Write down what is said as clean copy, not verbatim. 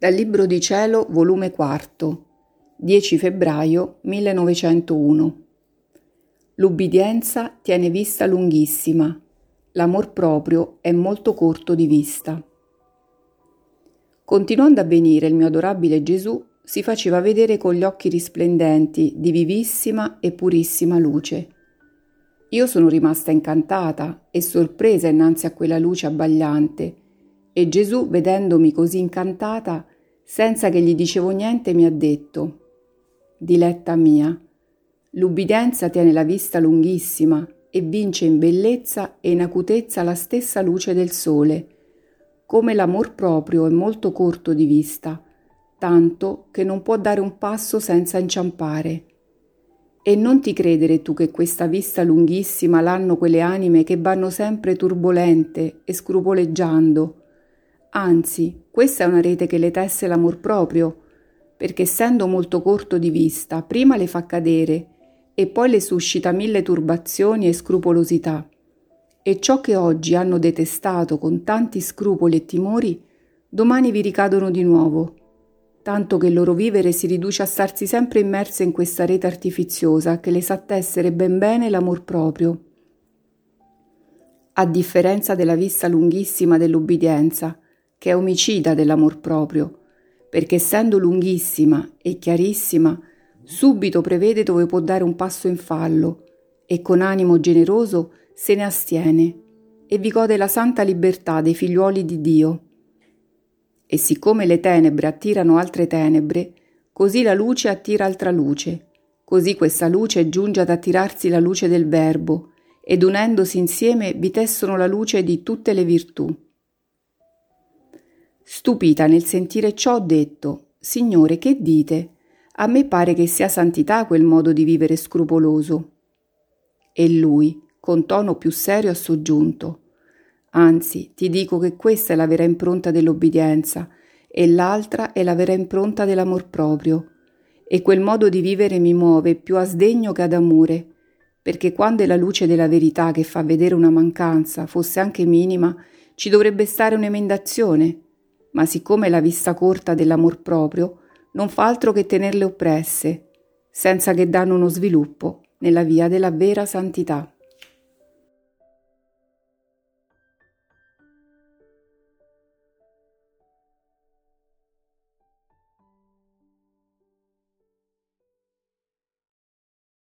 Dal Libro di Cielo, volume 4, 10 febbraio 1901. L'ubbidienza tiene vista lunghissima, l'amor proprio è molto corto di vista. Continuando a venire il mio adorabile Gesù, si faceva vedere con gli occhi risplendenti di vivissima e purissima luce. Io sono rimasta incantata e sorpresa innanzi a quella luce abbagliante, e Gesù, vedendomi così incantata, senza che gli dicevo niente, mi ha detto: «Diletta mia, l'ubbidienza tiene la vista lunghissima e vince in bellezza e in acutezza la stessa luce del sole, come l'amor proprio è molto corto di vista, tanto che non può dare un passo senza inciampare. E non ti credere tu che questa vista lunghissima l'hanno quelle anime che vanno sempre turbolente e scrupoleggiando. Anzi, questa è una rete che le tesse l'amor proprio, perché essendo molto corto di vista, prima le fa cadere e poi le suscita 1000 turbazioni e scrupolosità. E ciò che oggi hanno detestato con tanti scrupoli e timori, domani vi ricadono di nuovo, tanto che il loro vivere si riduce a starsi sempre immerse in questa rete artifiziosa che le sa tessere ben bene l'amor proprio. A differenza della vista lunghissima dell'ubbidienza, che è omicida dell'amor proprio, perché essendo lunghissima e chiarissima, subito prevede dove può dare un passo in fallo e con animo generoso se ne astiene e vi gode la santa libertà dei figliuoli di Dio. E siccome le tenebre attirano altre tenebre, così la luce attira altra luce, così questa luce giunge ad attirarsi la luce del Verbo, ed unendosi insieme vi tessono la luce di tutte le virtù. Stupita nel sentire ciò, ho detto: «Signore, che dite? A me pare che sia santità quel modo di vivere scrupoloso». E lui, con tono più serio, ha soggiunto: «Anzi, ti dico che questa è la vera impronta dell'obbedienza e l'altra è la vera impronta dell'amor proprio. E quel modo di vivere mi muove più a sdegno che ad amore, perché quando è la luce della verità che fa vedere una mancanza, fosse anche minima, ci dovrebbe stare un'emendazione, ma siccome la vista corta dell'amor proprio non fa altro che tenerle oppresse, senza che danno uno sviluppo nella via della vera santità».